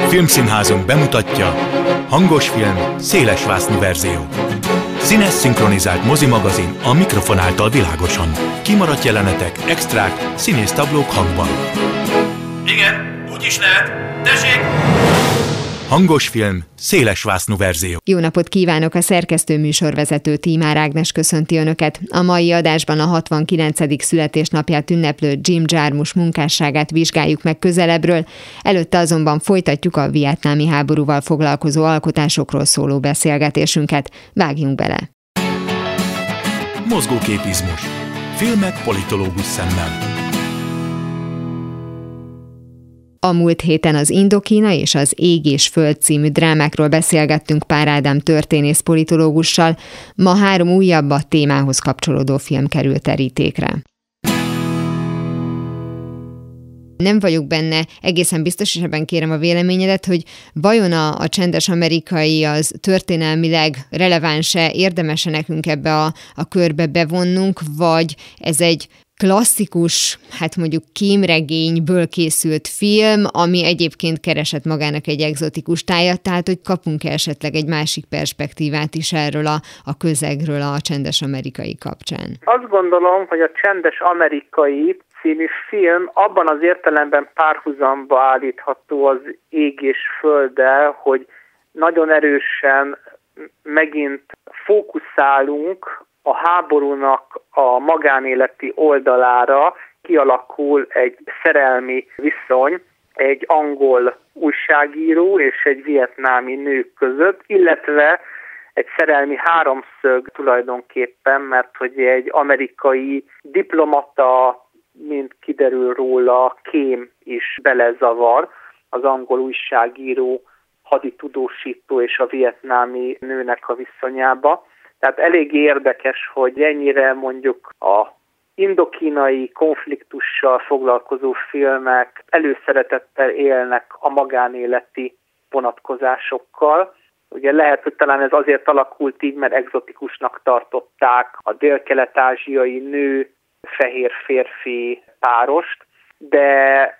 Filmszínházunk bemutatja hangos film, szélesvásznú verzió. Színes szinkronizált mozimagazin a mikrofon által világosan. Kimaradt jelenetek, extrák, színésztablók hangban. Igen, úgy is lehet. Tessék! Hangos film, szélesvásznú verzió. Jó napot kívánok, a szerkesztő műsorvezető Tímár Ágnes köszönti Önöket. A mai adásban a 69. születésnapját ünneplő Jim Jarmusch munkásságát vizsgáljuk meg közelebbről, előtte azonban folytatjuk a vietnámi háborúval foglalkozó alkotásokról szóló beszélgetésünket. Vágjunk bele! Mozgóképizmus. Filmek politológus szemmel. A múlt héten az Indokína és az Ég és Föld című drámákról beszélgettünk Pár Ádám történész politológussal, ma 3 újabb, a témához kapcsolódó film került terítékre. Nem vagyok benne egészen biztos, és ebben kérem a véleményedet, hogy vajon a csendes amerikai az történelmileg releváns-e, érdemes-e nekünk ebbe a körbe bevonnunk, vagy ez egy klasszikus, hát mondjuk kémregényből készült film, ami egyébként keresett magának egy egzotikus tájat, tehát hogy kapunk esetleg egy másik perspektívát is erről a közegről a csendes amerikai kapcsán. Azt gondolom, hogy a Csendes Amerikai című film abban az értelemben párhuzamba állítható az Ég és Földdel, hogy nagyon erősen megint fókuszálunk a háborúnak a magánéleti oldalára, kialakul egy szerelmi viszony egy angol újságíró és egy vietnámi nő között, illetve egy szerelmi háromszög tulajdonképpen, mert hogy egy amerikai diplomata, mint kiderül róla, kém is belezavar az angol újságíró, haditudósító és a vietnámi nőnek a viszonyába. Tehát elég érdekes, hogy ennyire mondjuk a indokínai konfliktussal foglalkozó filmek előszeretettel élnek a magánéleti vonatkozásokkal. Ugye lehet, hogy talán ez azért alakult így, mert egzotikusnak tartották a dél-kelet-ázsiai nő-fehér férfi párost, de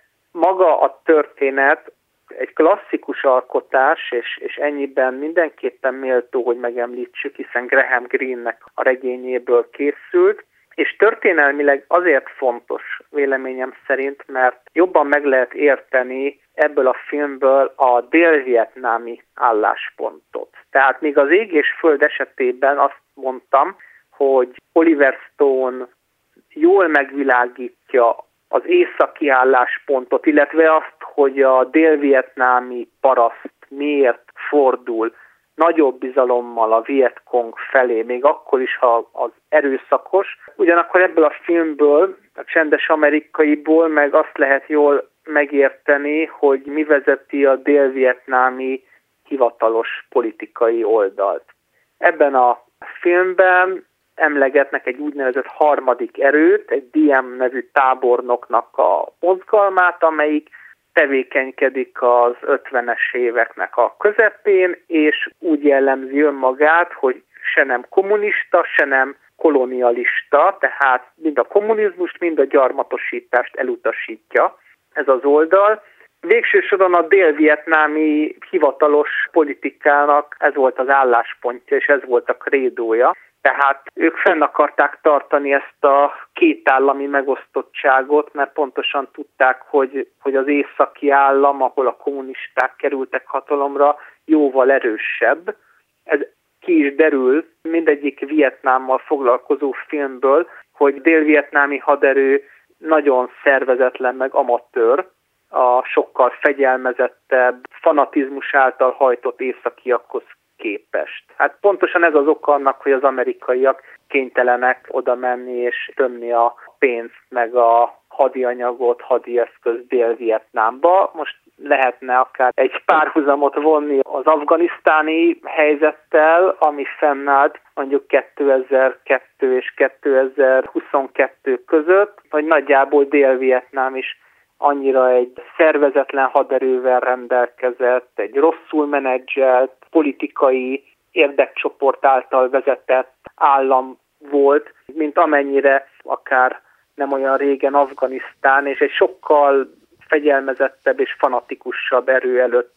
maga a történet egy klasszikus alkotás, és ennyiben mindenképpen méltó, hogy megemlítsük, hiszen Graham Greenenek a regényéből készült, és történelmileg azért fontos véleményem szerint, mert jobban meg lehet érteni ebből a filmből a dél-vietnámi álláspontot. Tehát még az Ég és Föld esetében azt mondtam, hogy Oliver Stone jól megvilágítja az északi álláspontot, illetve azt, hogy a dél-vietnámi paraszt miért fordul nagyobb bizalommal a Vietkong felé, még akkor is, ha az erőszakos. Ugyanakkor ebből a filmből, a Csendes Amerikaiból meg azt lehet jól megérteni, hogy mi vezeti a dél-vietnámi hivatalos politikai oldalt. Ebben a filmben emlegetnek egy úgynevezett harmadik erőt, egy Diem nevű tábornoknak a mozgalmát, amelyik tevékenykedik az 50-es éveknek a közepén, és úgy jellemzi önmagát, hogy se nem kommunista, se nem kolonialista, tehát mind a kommunizmust, mind a gyarmatosítást elutasítja ez az oldal. Végső soron a dél-vietnámi hivatalos politikának ez volt az álláspontja, és ez volt a krédója. Tehát ők fenn akarták tartani ezt a kétállami megosztottságot, mert pontosan tudták, hogy az északi állam, ahol a kommunisták kerültek hatalomra, jóval erősebb. Ez ki is derül mindegyik Vietnámmal foglalkozó filmből, hogy dél-vietnámi haderő nagyon szervezetlen meg amatőr, a sokkal fegyelmezettebb, fanatizmus által hajtott északiakhoz képest. Hát pontosan ez az oka annak, hogy az amerikaiak kénytelenek oda menni és tömni a pénzt, meg a hadianyagot, hadieszköz Dél-Vietnámba. Most lehetne akár egy párhuzamot vonni az afganisztáni helyzettel, ami fennállt mondjuk 2002 és 2022 között, vagy nagyjából Dél-Vietnám is annyira egy szervezetlen haderővel rendelkezett, egy rosszul menedzselt, politikai érdekcsoport által vezetett állam volt, mint amennyire akár nem olyan régen Afganisztán, és egy sokkal fegyelmezettebb és fanatikusabb erő előtt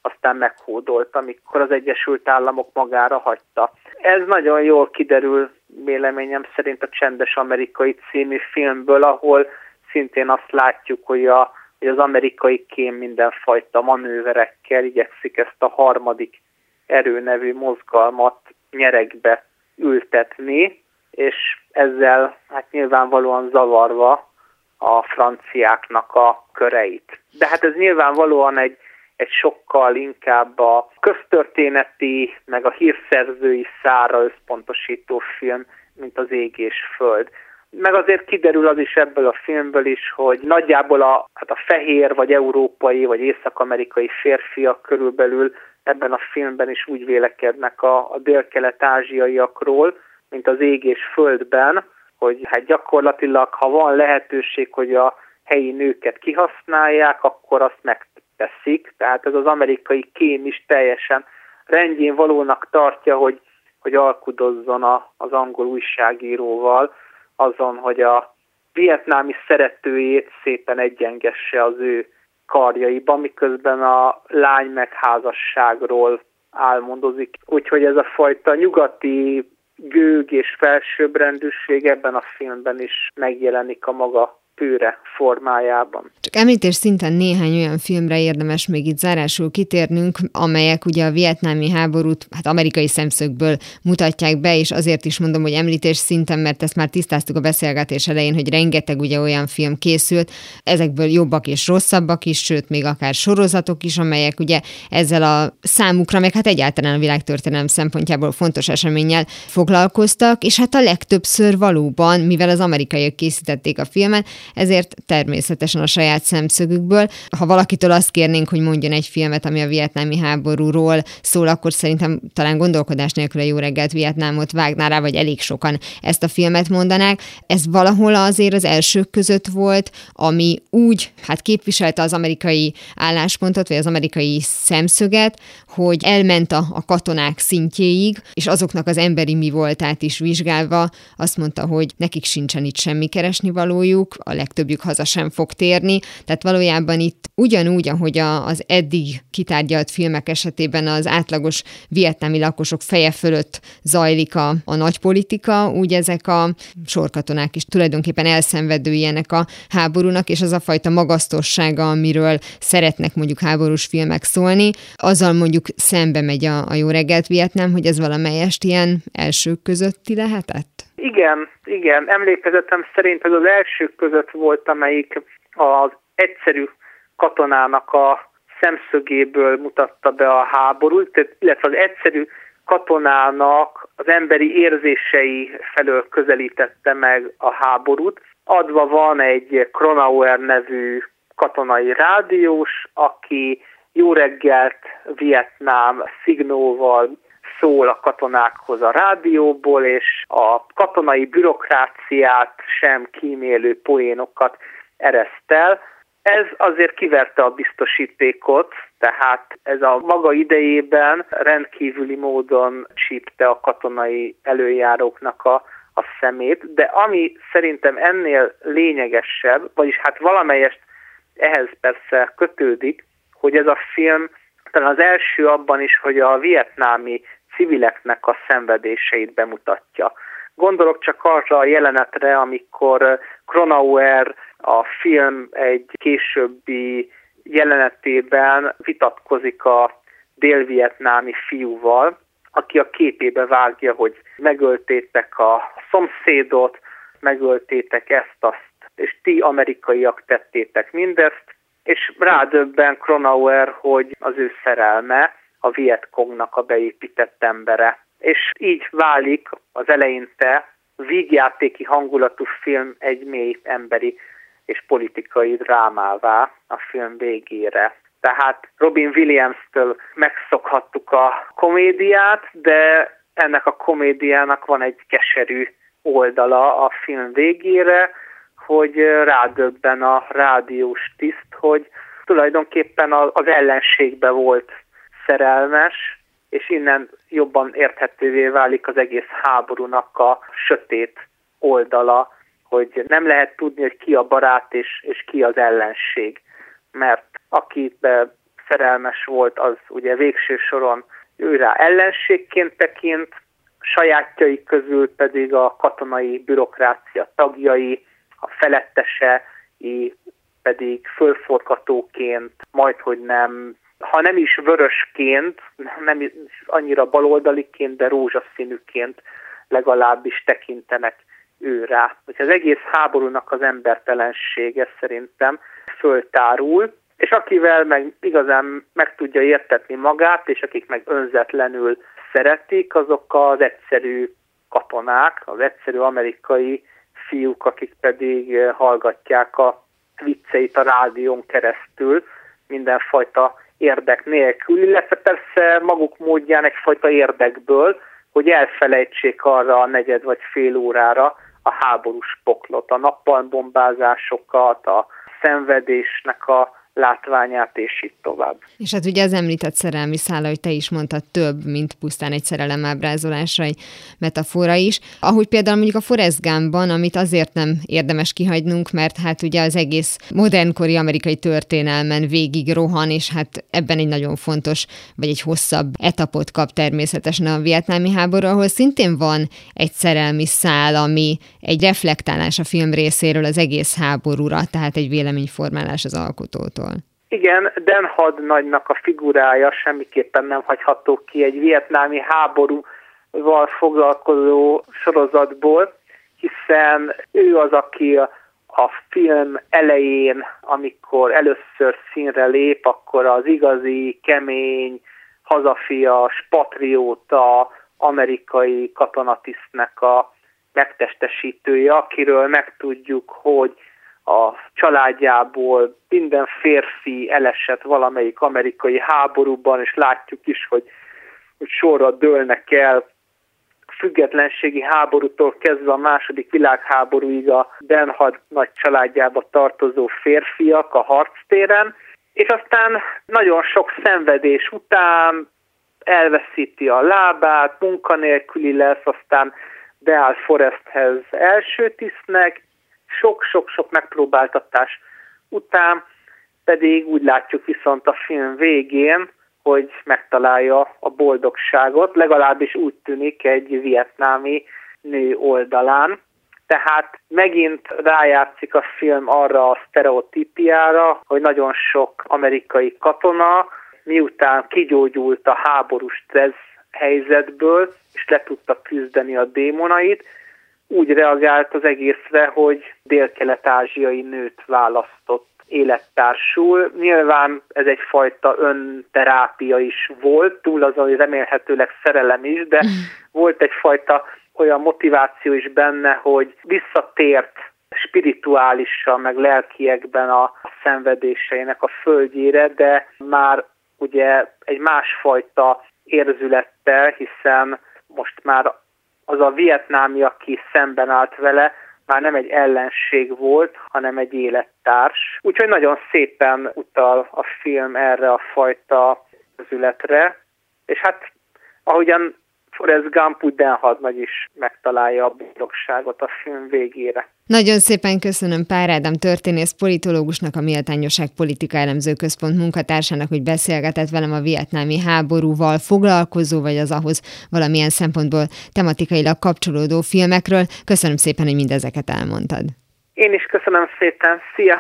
aztán meghódolt, amikor az Egyesült Államok magára hagyta. Ez nagyon jól kiderül véleményem szerint a Csendes Amerikai című filmből, ahol szintén azt látjuk, hogy az amerikai kém mindenfajta manőverekkel igyekszik ezt a harmadik erő nevű mozgalmat nyeregbe ültetni, és ezzel hát nyilvánvalóan zavarva a franciáknak a köreit. De hát ez nyilvánvalóan egy sokkal inkább a köztörténeti, meg a hírszerzői szára összpontosító film, mint az Ég és Föld. Meg azért kiderül az is ebből a filmből is, hogy nagyjából a fehér, vagy európai, vagy észak-amerikai férfiak körülbelül ebben a filmben is úgy vélekednek a dél-kelet-ázsiaiakról, mint az Ég és Földben, hogy hát gyakorlatilag, ha van lehetőség, hogy a helyi nőket kihasználják, akkor azt megteszik. Tehát ez az amerikai kém is teljesen rendjén valónak tartja, hogy alkudozzon az angol újságíróval azon, hogy a vietnámi szeretőjét szépen egyengesse az ő karjaiba, miközben a lány meg házasságról álmodozik. Úgyhogy ez a fajta nyugati gőg és felsőbbrendűség ebben a filmben is megjelenik a maga pőre formájában. Csak említés szinten néhány olyan filmre érdemes még itt zárásul kitérnünk, amelyek ugye a vietnámi háborút amerikai szemszögből mutatják be, és azért is mondom, hogy említés szinten, mert ezt már tisztáztuk a beszélgetés elején, hogy rengeteg ugye olyan film készült, ezekből jobbak és rosszabbak is, sőt még akár sorozatok is, amelyek ugye ezzel a számukra, meg hát egyáltalán a világtörténelem szempontjából fontos eseménnyel foglalkoztak, és hát a legtöbbször valóban, mivel az amerikaiak készítették a filmet, ezért természetesen a saját szemszögükből. Ha valakitől azt kérnénk, hogy mondjon egy filmet, ami a vietnámi háborúról szól, akkor szerintem talán gondolkodás nélkül a Jó reggelt Vietnámot vágná rá, vagy elég sokan ezt a filmet mondanák. Ez valahol azért az elsők között volt, ami úgy képviselte az amerikai álláspontot, vagy az amerikai szemszöget, hogy elment a katonák szintjéig, és azoknak az emberi mi voltát is vizsgálva azt mondta, hogy nekik sincsen itt semmi keresnivalójuk, a legtöbbjük haza sem fog térni. Tehát valójában itt ugyanúgy, ahogy az eddig kitárgyalt filmek esetében az átlagos vietnámi lakosok feje fölött zajlik a nagy politika, úgy ezek a sorkatonák is tulajdonképpen elszenvedői ennek a háborúnak, és az a fajta magasztossága, amiről szeretnek mondjuk háborús filmek szólni, azzal mondjuk szembe megy a Jó reggelt Vietnám, hogy ez valamelyest ilyen elsők közötti lehetett? Igen. Emlékezetem szerint ez az elsők között volt, amelyik az egyszerű katonának a szemszögéből mutatta be a háborút, illetve az egyszerű katonának az emberi érzései felől közelítette meg a háborút. Adva van egy Kronauer nevű katonai rádiós, aki Jó reggelt Vietnám szignóval szól a katonákhoz a rádióból, és a katonai bürokráciát sem kímélő poénokat ereszt el. Ez azért kiverte a biztosítékot, tehát ez a maga idejében rendkívüli módon csípte a katonai előjáróknak a szemét, de ami szerintem ennél lényegesebb, vagyis valamelyest ehhez persze kötődik, hogy ez a film talán az első abban is, hogy a vietnámi civileknek a szenvedéseit bemutatja. Gondolok csak arra a jelenetre, amikor Kronauer a film egy későbbi jelenetében vitatkozik a dél-vietnámi fiúval, aki a képébe vágja, hogy megöltétek a szomszédot, megöltétek ezt-azt, és ti amerikaiak tettétek mindezt, és rádöbben Kronauer, hogy az ő szerelme a Vietkongnak a beépített embere. És így válik az eleinte vígjátéki hangulatú film egy mély emberi és politikai drámává a film végére. Tehát Robin Williams-től megszokhattuk a komédiát, de ennek a komédiának van egy keserű oldala a film végére, hogy rádöbben a rádiós tiszt, hogy tulajdonképpen az ellenségbe volt szerelmes, és innen jobban érthetővé válik az egész háborúnak a sötét oldala, hogy nem lehet tudni, hogy ki a barát és ki az ellenség. Mert akibe szerelmes volt, az ugye végső soron őrá ellenségként tekint, sajátjai közül pedig a katonai bürokrácia tagjai, a felettesei pedig fölforgatóként, majdhogy nem, ha nem is vörösként, nem is annyira baloldaliként, de rózsaszínűként legalábbis tekintenek ő rá. Az egész háborúnak az embertelensége szerintem föltárul, és akivel meg igazán meg tudja értetni magát, és akik meg önzetlenül szeretik, azok az egyszerű katonák, az egyszerű amerikai fiúk, akik pedig hallgatják a vicceit a rádión keresztül, mindenfajta érdek nélkül, illetve persze maguk módján egyfajta érdekből, hogy elfelejtsék arra a negyed vagy fél órára a háborús poklot, a napalmbombázásokat, a szenvedésnek a látványát, és így tovább. És hát ugye az említett szerelmi szála, hogy te is mondtad, több, mint pusztán egy szerelem ábrázolása, egy metafora is. Ahogy például mondjuk a Forrest Gumpban, amit azért nem érdemes kihagynunk, mert hát ugye az egész modernkori amerikai történelmen végig rohan, és hát ebben egy nagyon fontos, vagy egy hosszabb etapot kap természetesen a vietnámi háború, ahol szintén van egy szerelmi szál, ami egy reflektálás a film részéről az egész háborúra, tehát egy véleményformálás az alkotótól. Igen, Dan hadnagynak a figurája semmiképpen nem hagyható ki egy vietnámi háborúval foglalkozó sorozatból, hiszen ő az, aki a film elején, amikor először színre lép, akkor az igazi, kemény, hazafias, patrióta, amerikai katonatisztnek a megtestesítője, akiről megtudjuk, hogy a családjából minden férfi elesett valamelyik amerikai háborúban, és látjuk is, hogy sorra dőlnek el függetlenségi háborútól kezdve a második világháborúig a Dan hadnagy családjába tartozó férfiak a harctéren, és aztán nagyon sok szenvedés után elveszíti a lábát, munkanélküli lesz, aztán beáll Forresthez első tisztnek, sok-sok megpróbáltatás után pedig úgy látjuk viszont a film végén, hogy megtalálja a boldogságot, legalábbis úgy tűnik egy vietnámi nő oldalán. Tehát megint rájátszik a film arra a sztereotípiára, hogy nagyon sok amerikai katona, miután kigyógyult a háborús stressz helyzetből, és le tudta küzdeni a démonait, úgy reagált az egészre, hogy dél-kelet-ázsiai nőt választott élettársul. Nyilván ez egyfajta önterápia is volt, túl azon, hogy remélhetőleg szerelem is, de volt egyfajta olyan motiváció is benne, hogy visszatért spirituálisan, meg lelkiekben a szenvedéseinek a földjére, de már ugye egy másfajta érzülettel, hiszen most már az a vietnámi, aki szemben állt vele, már nem egy ellenség volt, hanem egy élettárs. Úgyhogy nagyon szépen utal a film erre a fajta érzületre, és hát ahogyan Forrest Gump, úgy Dan hadnagy is megtalálja a boldogságot a film végére. Nagyon szépen köszönöm Pár Ádám történész politológusnak, a Méltányosság Politika Elemző Központ munkatársának, hogy beszélgetett velem a vietnámi háborúval foglalkozó, vagy az ahhoz valamilyen szempontból tematikailag kapcsolódó filmekről. Köszönöm szépen, hogy mindezeket elmondtad. Én is köszönöm szépen. Szia!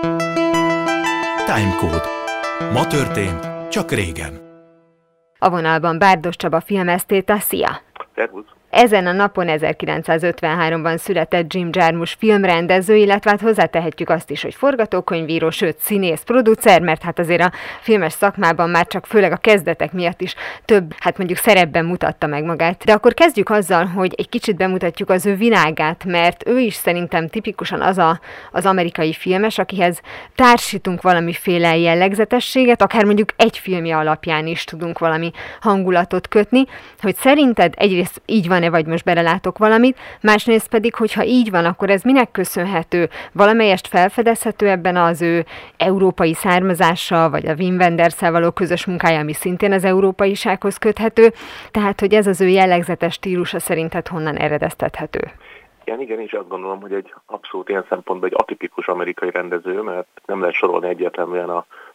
Timecode. Ma történt, csak régen. A vonalban Bárdos Csaba filmesztéta, szia! Szervusz! Ezen a napon 1953-ban született Jim Jarmusch filmrendező, illetve hát hozzátehetjük azt is, hogy forgatókönyvíró, sőt színész, producer, mert hát azért a filmes szakmában már csak főleg a kezdetek miatt is több, hát mondjuk szerepben mutatta meg magát. De akkor kezdjük azzal, hogy egy kicsit bemutatjuk az ő világát, mert ő is szerintem tipikusan az amerikai filmes, akihez társítunk valamiféle jellegzetességet, akár mondjuk egy filmje alapján is tudunk valami hangulatot kötni, hogy szerinted egyrészt így van-e, vagy most belelátok valamit, másrészt pedig, hogyha így van, akkor ez minek köszönhető? Valamelyest felfedezhető ebben az ő európai származással, vagy a Wim Wenders-szel való közös munkája, ami szintén az európaisághoz köthető, tehát, hogy ez az ő jellegzetes stílusa szerinted honnan eredeztethető? Igen, és azt gondolom, hogy egy abszolút ilyen szempontból egy atipikus amerikai rendező, mert nem lehet sorolni egyértelműen a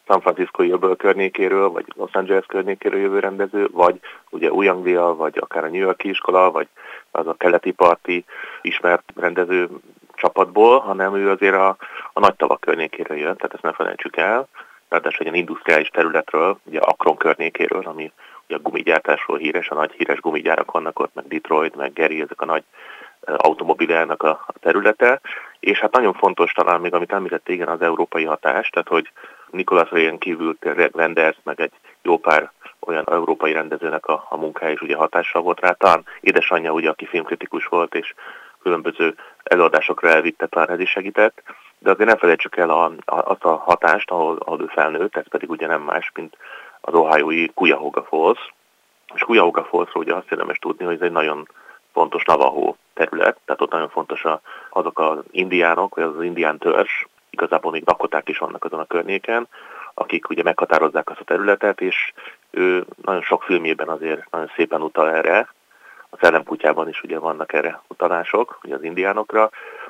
San Francisco-i öböl környékéről, vagy Los Angeles környékéről jövő rendező, vagy ugye Új-Anglia, vagy akár a New York-i iskola, vagy az a keleti parti ismert rendező csapatból, hanem ő azért a nagy tavak környékéről jön, tehát ezt ne felejtsük el. Ráadásul egy industriális területről, ugye Akron környékéről, ami ugye a gumigyártásról híres, a nagy híres gumigyárak vannak ott, meg Detroit, meg Gary, ezek a nagy automobiljának a területe, és hát nagyon fontos talán még, amit említett, igen, az európai hatás, tehát hogy Nicolas Rayen kívül Wenders, meg egy jó pár olyan európai rendezőnek a munkája is ugye hatással volt rá. Talán édesanyja, ugye, aki filmkritikus volt, és különböző előadásokra elvitte, talán ez is segített, de azért nem felejtsük el azt a hatást, ahol ő felnőtt, ez pedig ugye nem más, mint az ohiói Cuyahoga Falls. És Cuyahoga Fallsról ugye azt érdemes tudni, hogy ez egy nagyon fontos Navajo terület, tehát ott nagyon fontos azok az indiánok, vagy az indián törzs, igazából még dakoták is vannak azon a környéken, akik ugye meghatározzák azt a területet, és ő nagyon sok filmjében azért nagyon szépen utal erre. A Szellemkutyában is ugye vannak erre utalások, ugye az indiánokra,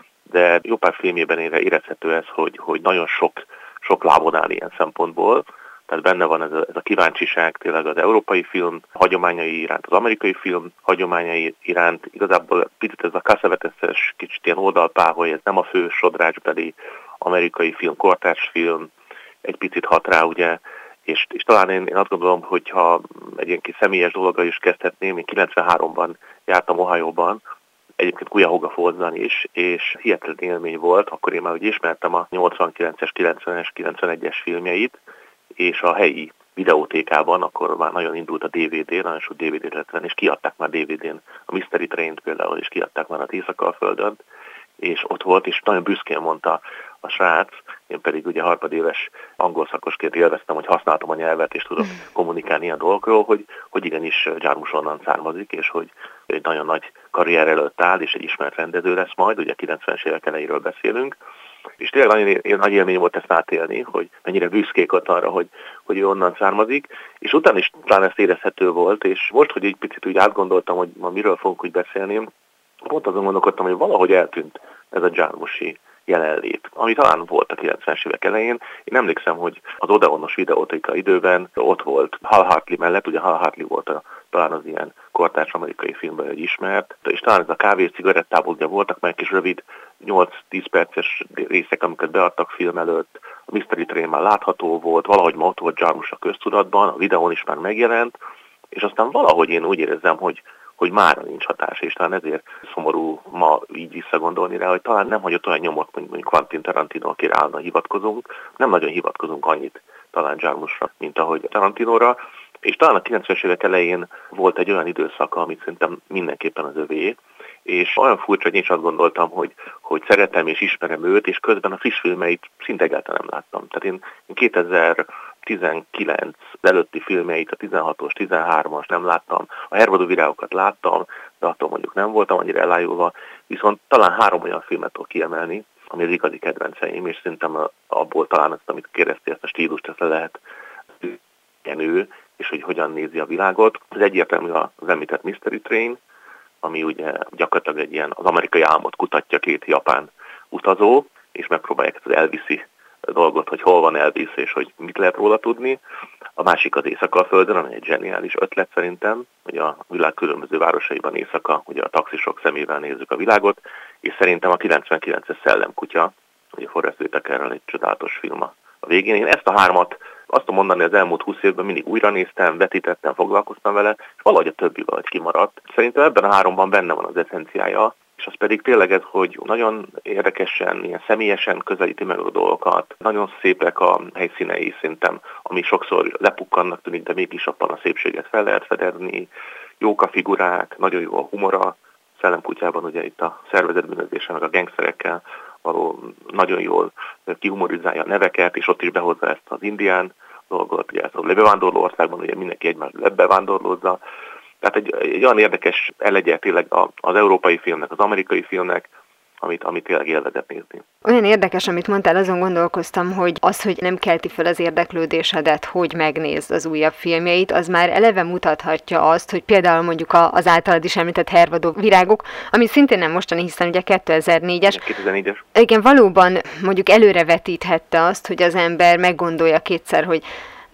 de jó pár filmjében érezhető ez, hogy nagyon sok lábon áll ilyen szempontból. Tehát benne van ez a kíváncsiság tényleg az európai film hagyományai iránt, az amerikai film hagyományai iránt. Igazából picit ez a Cassavetes-es kicsit ilyen oldalpáholy, ez nem a fő sodrácsbeli amerikai film, kortárs film, egy picit hat rá, ugye, és talán én azt gondolom, hogyha egy ilyen kis személyes dologra is kezdhetném, én 93-ban jártam Ohióban, egyébként Cuyahoga Fallsban is, és hihetetlen élmény volt, akkor én már úgy ismertem a 89-es, 90-es, 91-es filmjeit, és a helyi videótékában, akkor már nagyon indult a DVD, nagyon sok DVD-t lett venni, és kiadták már DVD-n a Mystery Train-t például, és kiadták már az Éjszaka-földön, és ott volt, és nagyon büszkén mondta a srác, én pedig ugye harmadéves angol szakosként élveztem, hogy használtam a nyelvet, és tudok kommunikálni ilyen dolgokról, hogy igenis Jarmusch onnan származik, és hogy egy nagyon nagy karrier előtt áll, és egy ismert rendező lesz majd, ugye 90-es évek elejéről beszélünk, és tényleg nagyon nagy élmény volt ezt átélni, hogy mennyire büszkék ott arra, hogy ő onnan származik, és utána is talán ezt érezhető volt, és most, hogy egy picit úgy átgondoltam, hogy ma miről fogunk úgy beszélni, pont azon gondolkodtam, hogy valahogy eltűnt ez a Jarmuschi jelenlét, ami talán volt a 90-es évek elején. Én emlékszem, hogy az Odeonos videótéka időben ott volt Hal Hartley mellett, ugye Hal Hartley volt talán az ilyen kortárs amerikai filmben egy ismert, és talán ez a kávé cigarettából ugye voltak meg kis rövid 8-10 perces részek, amiket beadtak film előtt, a Mystery Train már látható volt, valahogy ma ott volt Jarmusch a köztudatban, a videón is már megjelent, és aztán valahogy én úgy érezzem, hogy mára nincs hatás, és talán ezért szomorú ma így visszagondolni rá, hogy talán nem hagyott olyan nyomot, mondjuk Quentin Tarantino, akire állna hivatkozunk, nem nagyon hivatkozunk annyit talán Jarmuschra, mint ahogy Tarantinóra, és talán a 90-es évek elején volt egy olyan időszaka, amit szerintem mindenképpen az övé, és olyan furcsa, hogy én is azt gondoltam, hogy szeretem és ismerem őt, és közben a friss filmeit szinte egyáltalán nem láttam. Tehát én 2019 előtti filmeit, a 16-os, 13-as nem láttam, a Hervadó virágokat láttam, de attól mondjuk nem voltam annyira elájulva, viszont talán 3 olyan filmet tudok kiemelni, ami az igazi kedvenceim, és szerintem abból talán ezt, amit kérdeztél, ezt a stílust, ezt le lehet ő, és hogy hogyan nézi a világot. Ez egyértelmű az említett Mystery Train, ami ugye gyakorlatilag egy ilyen az amerikai álmot kutatja 2 japán utazó, és megpróbálják ezt az Elvis-i dolgot, hogy hol van Elvis, és hogy mit lehet róla tudni. A másik az Éjszaka-földön, ami egy zseniális ötlet szerintem, hogy a világ különböző városaiban éjszaka, ugye a taxisok szemével nézzük a világot, és szerintem a 99-es Szellemkutya, ugye Forrest Whitakerrel egy csodálatos film a végén. Én ezt a 3-at azt tudom mondani, az elmúlt 20 évben mindig újra néztem, vetítettem, foglalkoztam vele, és valahogy a többi valahogy kimaradt. Szerintem ebben a 3-ban benne van az eszenciája, és az pedig tényleg ez, hogy nagyon érdekesen, ilyen személyesen közelíti meg a dolgokat, nagyon szépek a helyszínei szerintem, ami sokszor lepukkannak tűnik, de mégis abban a szépséget fel lehet fedezni, jók a figurák, nagyon jó a humora. Szellemkutyában ugye itt a szervezetbűnözéssel, meg a gangsterekkel való nagyon jól kihumorizálja a neveket, és ott is behozza ezt az indián dolgot, ugye ezt a bevándorló országban ugye mindenki egymást bevándorlózza. Tehát egy olyan érdekes elegye tényleg az európai filmnek, az amerikai filmnek, amit tényleg élvezet nézni. Olyan érdekes, amit mondtál, azon gondolkoztam, hogy az, hogy nem kelti fel az érdeklődésedet, hogy megnézd az újabb filmjeit, az már eleve mutathatja azt, hogy például mondjuk az általad is említett Hervadó virágok, ami szintén nem mostani, hiszen ugye 2004-es. 2004-es. Igen, valóban mondjuk előrevethethette azt, hogy az ember meggondolja kétszer, hogy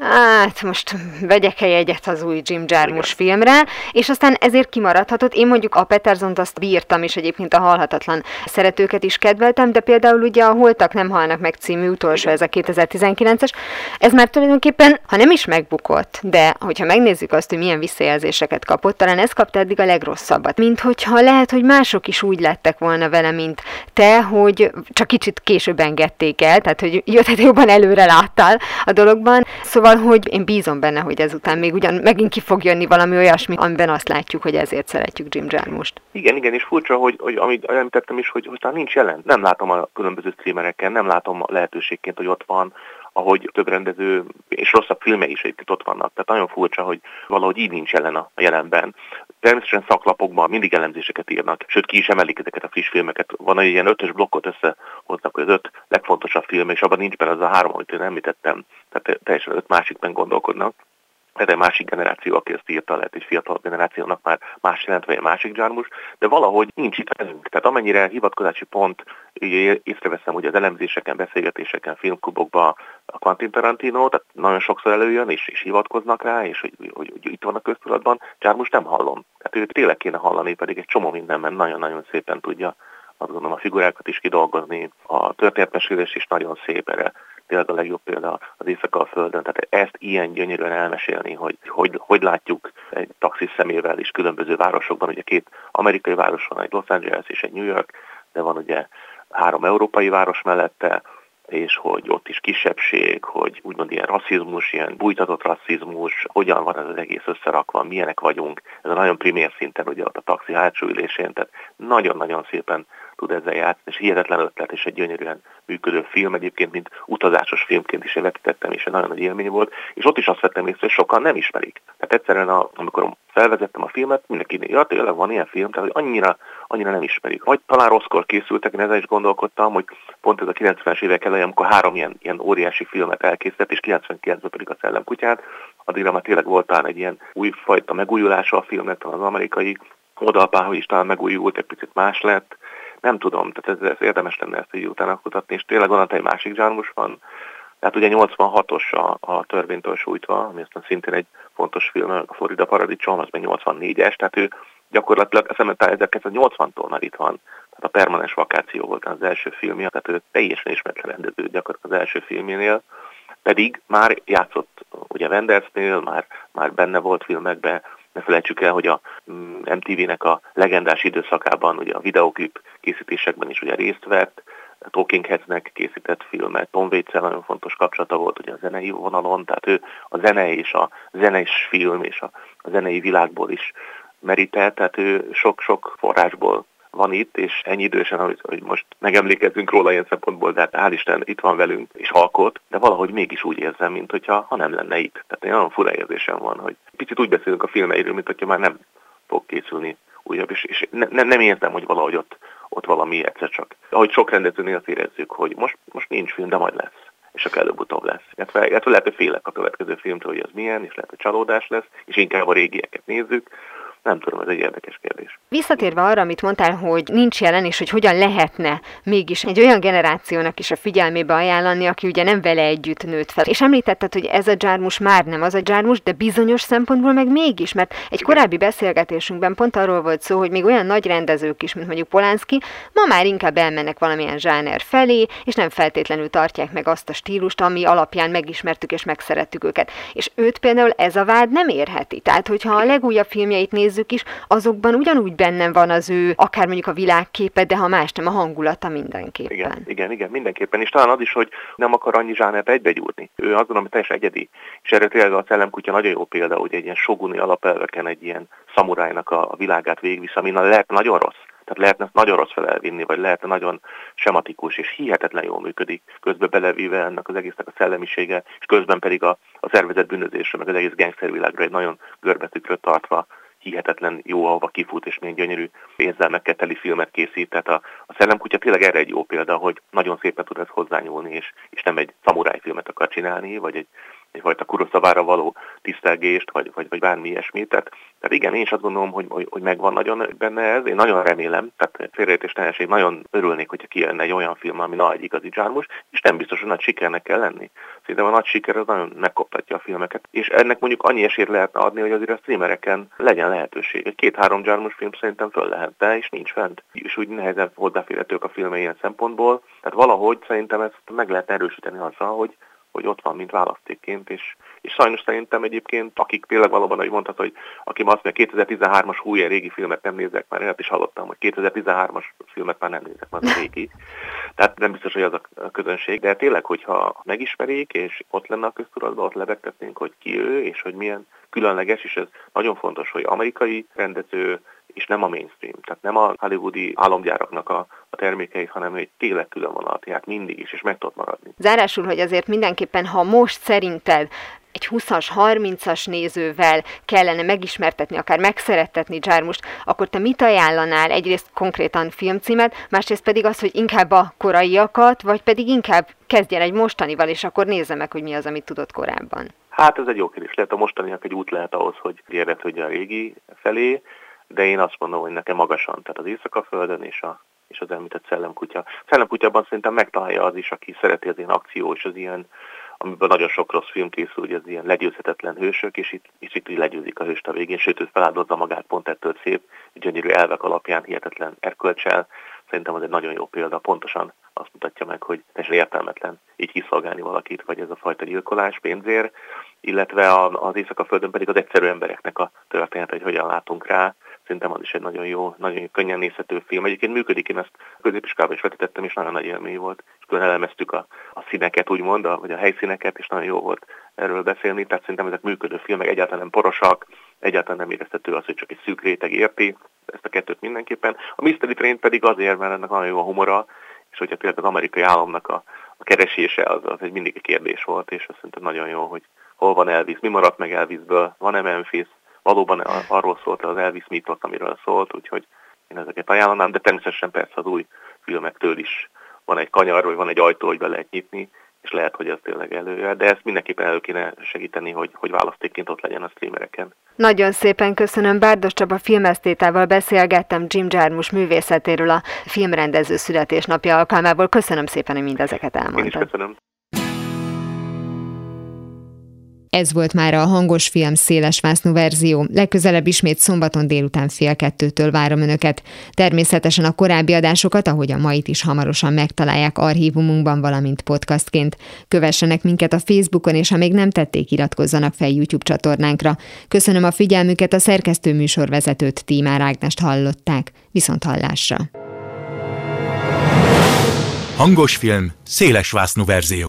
hát most vegyek-e jegyet az új Jim Jarmusch filmre, és aztán ezért kimaradhatott. Én mondjuk a Petersont azt bírtam, és egyébként a Halhatatlan szeretőket is kedveltem, de például ugye a Holtak nem halnak meg című utolsó, ez a 2019-es, ez már tulajdonképpen, ha nem is megbukott, de hogyha megnézzük azt, hogy milyen visszajelzéseket kapott, talán ez kapta eddig a legrosszabbat. Mint hogyha lehet, hogy mások is úgy lettek volna vele, mint te, hogy csak kicsit később engedték el, tehát hogy jöttet jobban előre láttál a dologban. Szóval, hogy én bízom benne, hogy ezután még ugyan megint ki fog jönni valami olyasmi, amiben azt látjuk, hogy ezért szeretjük Jim Jarmuscht. Igen, és furcsa, hogy amit említettem is, hogy talán nincs jelen. Nem látom a különböző streamereken, nem látom lehetőségként, hogy ott van, ahogy több rendező és rosszabb filmei is itt ott vannak. Tehát nagyon furcsa, hogy valahogy így nincs jelen a jelenben. Természetesen szaklapokban mindig elemzéseket írnak, sőt ki is emelik ezeket a friss filmeket. Van egy ilyen 5-ös blokkot összehoznak, hogy az 5 legfontosabb film, és abban nincs benne az a 3, amit én említettem. Tehát teljesen 5 másikben gondolkodnak. Ez egy másik generáció, aki ezt írta, lehet egy fiatal generációnak már más jelent, vagy egy másik Jarmusch, de valahogy nincs itt velünk. Tehát amennyire hivatkozási pont, észreveszem ugye az elemzéseken, beszélgetéseken, filmklubokban a Quentin Tarantino, tehát nagyon sokszor előjön, és hivatkoznak rá, és hogy itt van a köztudatban, Jarmusch nem hallom. Tehát őt tényleg kéne hallani, pedig egy csomó mindenben nagyon-nagyon szépen tudja, azt gondolom, a figurákat is kidolgozni, a történetmesélés is nagyon szép erre. Tényleg a legjobb példa az Éjszaka a Földön, tehát ezt ilyen gyönyörűen elmesélni, hogy látjuk egy taxis szemével is különböző városokban, ugye 2 amerikai város van, egy Los Angeles és egy New York, de van ugye 3 európai város mellette, és hogy ott is kisebbség, hogy úgymond ilyen rasszizmus, ilyen bújtatott rasszizmus, hogyan van ez az egész összerakva, milyenek vagyunk, ez a nagyon primér szinten ugye ott a taxi hátsó ülésén, tehát nagyon-nagyon szépen tud ezzel játszani, és hihetetlen ötlet, és egy gyönyörűen működő film, egyébként, mint utazásos filmként is vetítettem, és egy nagyon nagy élmény volt, és ott is azt vettem észre, hogy sokan nem ismerik. Tehát egyszerűen, amikor felvezettem a filmet, mindenki, ja, tényleg van ilyen film, tehát hogy annyira nem ismerik. Vagy talán rosszkor készültek, én ezzel is gondolkodtam, hogy pont ez a 90-es évek elején, amikor 3 ilyen óriási filmet elkészített, és 99-ben pedig a Szellemkutyát, addigra már tényleg volt talán egy ilyen újfajta megújulása a filmnek, talán az amerikai oldalpához is talán megújult, egy picit más lett. Nem tudom, tehát ez érdemes lenne ezt így utána kutatni, és tényleg van egy másik Jarmusch van. Tehát ugye 86-os a Törvénytől sújtva, ami aztán szintén egy fontos film, a Florida Paradicsom, az meg 84-es, tehát ő gyakorlatilag szerintem 1980-tól már itt van. Tehát a Permanens vakáció volt az első filmje, tehát ő teljesen ismeretlen rendező gyakorlatilag az első filmjénél, pedig már játszott ugye Wendersnél, már benne volt filmekben. Ne felejtsük el, hogy a MTV-nek a legendás időszakában ugye a videóklip készítésekben is ugye részt vett, a Talking Headsnek készített filmet, Tom Waits-el nagyon fontos kapcsolata volt ugye a zenei vonalon, tehát ő a zene és a zenés film és a zenei világból is merített, tehát ő sok-sok forrásból van itt, és ennyi idősen, hogy most megemlékezzünk róla ilyen szempontból, de hát hál' Isten itt van velünk, és alkot, de valahogy mégis úgy érzem, mint hogyha nem lenne itt. Tehát egy nagyon fura érzésem van, hogy picit úgy beszélünk a filmeiről, mint hogyha már nem fog készülni újabb, és nem érzem, hogy valahogy ott valami egyszer csak. Ahogy sok rendezőnél azt érezzük, hogy most nincs film, de majd lesz. És csak előbb-utóbb lesz. Illetve lehet, hogy félek a következő filmtől, hogy az milyen, és lehet, hogy csalódás lesz, és inkább a régieket nézzük. Nem tudom, ez egy érdekes kérdés. Visszatérve arra, amit mondtál, hogy nincs jelen, és hogy hogyan lehetne mégis egy olyan generációnak is a figyelmébe ajánlani, aki ugye nem vele együtt nőtt fel. És említetted, hogy ez a Jarmusch már nem az a Jarmusch, de bizonyos szempontból meg mégis, mert egy korábbi beszélgetésünkben pont arról volt szó, hogy még olyan nagy rendezők is, mint mondjuk Polanski, ma már inkább elmennek valamilyen zsáner felé, és nem feltétlenül tartják meg azt a stílust, ami alapján megismertük és megszerettük őket. És őt például ez a vád nem érheti. Tehát, hogyha a legújabb filmjeit nézzük is, azokban ugyanúgy bennem van az ő, akár mondjuk a világképe, de ha más nem, a hangulata mindenképpen. Igen, mindenképpen. És talán az is, hogy nem akar annyi zsánert egybegyúrni. Ő azt gondolom, hogy teljesen egyedi. És erre tényleg a Szellemkutya nagyon jó példa, hogy egy ilyen soguni alapelveken egy ilyen szamurájnak a világát végigvisz, ami lehet nagyon rossz. Tehát lehetne nagyon rossz fel elvinni, vagy lehetne nagyon sematikus, és hihetetlen jól működik, közben belevíve ennek az egésznek a szellemisége, és közben pedig a szervezett bűnözésre, meg az egész gangstervilágra egy nagyon görbetükröt tartva hihetetlen jó, ahova kifut, és milyen gyönyörű érzelmekkel teli filmet készít. Tehát a Szellemkutya tényleg erre egy jó példa, hogy nagyon szépen tud ez hozzányúlni, és nem egy szamuráj filmet akar csinálni, vagy egyfajta Kurosavára való tisztelgést, vagy bármi ilyesmit. Tehát igen, én is azt gondolom, hogy megvan nagyon benne ez. Én nagyon remélem, tehát félreértés teljeség, nagyon örülnék, hogyha kijönne egy olyan film, ami egy igazi Jarmusch, és nem biztos, hogy nagy sikernek kell lenni. Szerintem a nagy siker az nagyon megkoptatja a filmeket. És ennek mondjuk annyi esélyt lehetne adni, hogy azért a streamereken legyen lehetőség. Egy 2-3 Jarmusch film szerintem föl lehet, de és nincs fent. És úgy nehezen hozzáférhetők a filmei ilyen szempontból. Tehát valahogy szerintem ezt meg lehet erősíteni azzal, hogy ott van, mint választékként, és sajnos szerintem egyébként, akik tényleg valóban, ahogy mondtad, hogy aki azt mondja, 2013-as ilyen régi filmet nem nézek, már én is hallottam, hogy 2013-as filmet már nem nézek, már a régi. Tehát nem biztos, hogy az a közönség, de tényleg, hogyha megismerik, és ott lenne a köztudatban, ott lebegtetnénk, hogy ki ő, és hogy milyen különleges, és ez nagyon fontos, hogy amerikai rendező, és nem a mainstream, tehát nem a hollywoodi álomgyáraknak a termékeit, hanem egy tényleg külön vonalat járt mindig is, és meg tud maradni. Zárásul, hogy azért mindenképpen, ha most szerinted egy 20-as, 30-as nézővel kellene megismertetni, akár megszerettetni Jarmuscht, akkor te mit ajánlanál? Egyrészt konkrétan filmcímet, másrészt pedig az, hogy inkább a koraiakat, vagy pedig inkább kezdjen egy mostanival, és akkor nézze meg, hogy mi az, amit tudott korábban. Hát ez egy jó kérdés. Lehet a mostaniak egy út lehet ahhoz, hogy érdeklődjön a régi felé, de én azt mondom, hogy nekem magasan, tehát az Éjszakaföldön és az említett Szellemkutya. Szellemkutyában szerintem megtalálja az is, aki szereti az ilyen akció, és az ilyen, amiben nagyon sok rossz film készül, hogy az ilyen legyőzhetetlen hősök, és itt legyőzik a hőst a végén, sőt, ő feláldozza magát pont ettől szép, gyönyörű elvek alapján, hihetetlen erkölcsel. Szerintem az egy nagyon jó példa, pontosan azt mutatja meg, hogy teljesen értelmetlen így kiszolgálni valakit, vagy ez a fajta gyilkolás pénzért, illetve az Éjszakaföldön pedig az egyszerű embereknek a történet, hogy hogyan látunk rá. Szerintem az is egy nagyon jó könnyen nézhető film. Egyébként működik, én ezt középiskolában is vetítettem, és nagyon nagy élmény volt. És külön elemeztük a színeket, úgymond, vagy a helyszíneket, és nagyon jó volt erről beszélni. Tehát szerintem ezek működő filmek, egyáltalán nem porosak, egyáltalán nem éreztető az, hogy csak egy szűk réteg érti. Ezt a kettőt mindenképpen. A Mystery Train pedig azért, mert ennek nagyon jó a humora, és hogyha például az amerikai államnak a keresése az egy mindig egy kérdés volt, és azt szerintem nagyon jó, hogy hol van Elvis, mi maradt meg Elvisből, van-e Memphis, valóban arról szólt az Elvis mítosz, amiről szólt, úgyhogy én ezeket ajánlanám, de természetesen persze az új filmektől is van egy kanyar, vagy van egy ajtó, hogy be lehet nyitni, és lehet, hogy ez tényleg előjön, de ezt mindenképpen elő kéne segíteni, hogy választékként ott legyen a streamereken. Nagyon szépen köszönöm, Bárdos Csaba filmesztétával beszélgettem Jim Jarmusch művészetéről a filmrendező születésnapja alkalmából. Köszönöm szépen, hogy mindezeket elmondtad. Én is köszönöm. Ez volt már a Hangos Film szélesvásznú verzió. Legközelebb ismét szombaton délután 13:30-től várom Önöket. Természetesen a korábbi adásokat, ahogy a mait is hamarosan megtalálják archívumunkban, valamint podcastként. Kövessenek minket a Facebookon, és ha még nem tették, iratkozzanak fel YouTube csatornánkra. Köszönöm a figyelmüket, a szerkesztő műsorvezetőt, Tímár Ágnest hallották. Viszonthallásra! Hangos Film szélesvásznú verzió.